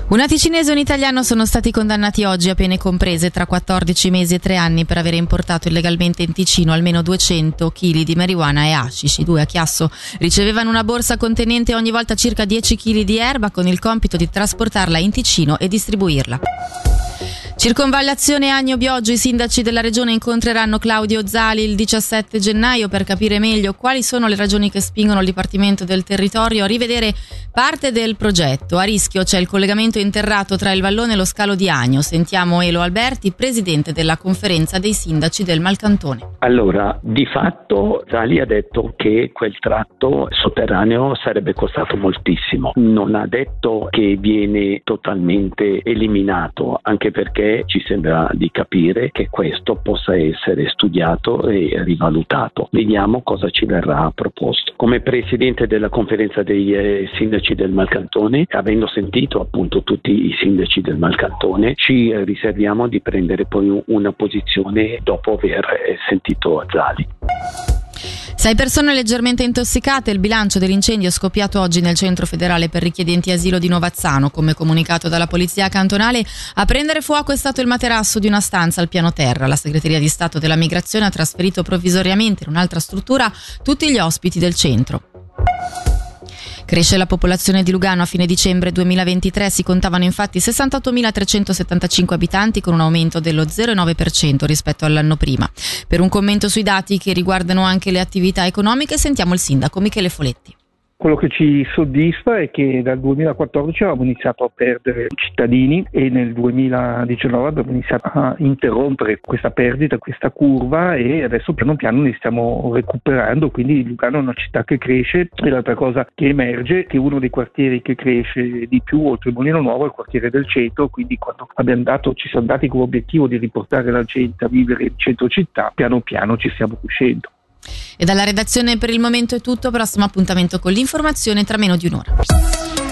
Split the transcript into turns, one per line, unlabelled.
Una ticinese e un italiano sono stati condannati oggi a pene comprese tra 14 mesi e 3 anni per aver importato illegalmente in Ticino almeno 200 kg di marijuana e hashish. I due a Chiasso ricevevano una borsa contenente ogni volta circa 10 kg di erba con il compito di trasportarla in Ticino e distribuirla. Circonvallazione Agno-Bioggio, i sindaci della regione incontreranno Claudio Zali il 17 gennaio per capire meglio quali sono le ragioni che spingono il Dipartimento del Territorio a rivedere parte del progetto. A rischio c'è il collegamento interrato tra il vallone e lo scalo di Agno. Sentiamo Elo Alberti, presidente della conferenza dei sindaci del Malcantone.
Allora, di fatto Zali ha detto che quel tratto sotterraneo sarebbe costato moltissimo. Non ha detto che viene totalmente eliminato, anche perché ci sembra di capire che questo possa essere studiato e rivalutato. Vediamo cosa ci verrà proposto. Come presidente della conferenza dei sindaci del Malcantone, avendo sentito appunto tutti i sindaci del Malcantone, ci riserviamo di prendere poi una posizione dopo aver sentito Zali.
6 persone leggermente intossicate, il bilancio dell'incendio scoppiato oggi nel centro federale per richiedenti asilo di Novazzano. Come comunicato dalla polizia cantonale, a prendere fuoco è stato il materasso di una stanza al piano terra. La segreteria di Stato della Migrazione ha trasferito provvisoriamente in un'altra struttura tutti gli ospiti del centro. Cresce la popolazione di Lugano. A fine dicembre 2023 si contavano infatti 68.375 abitanti, con un aumento dello 0,9% rispetto all'anno prima. Per un commento sui dati che riguardano anche le attività economiche sentiamo il sindaco Michele Foletti.
Quello che ci soddisfa è che dal 2014 avevamo iniziato a perdere cittadini e nel 2019 abbiamo iniziato a interrompere questa perdita, questa curva, e adesso piano piano ne stiamo recuperando, quindi Lugano è una città che cresce. E l'altra cosa che emerge è che uno dei quartieri che cresce di più oltre il Mulino Nuovo è il quartiere del centro, quindi quando ci siamo dati come obiettivo di riportare la gente a vivere in centro città, piano piano ci stiamo riuscendo.
E dalla redazione per il momento è tutto, prossimo appuntamento con l'informazione tra meno di un'ora.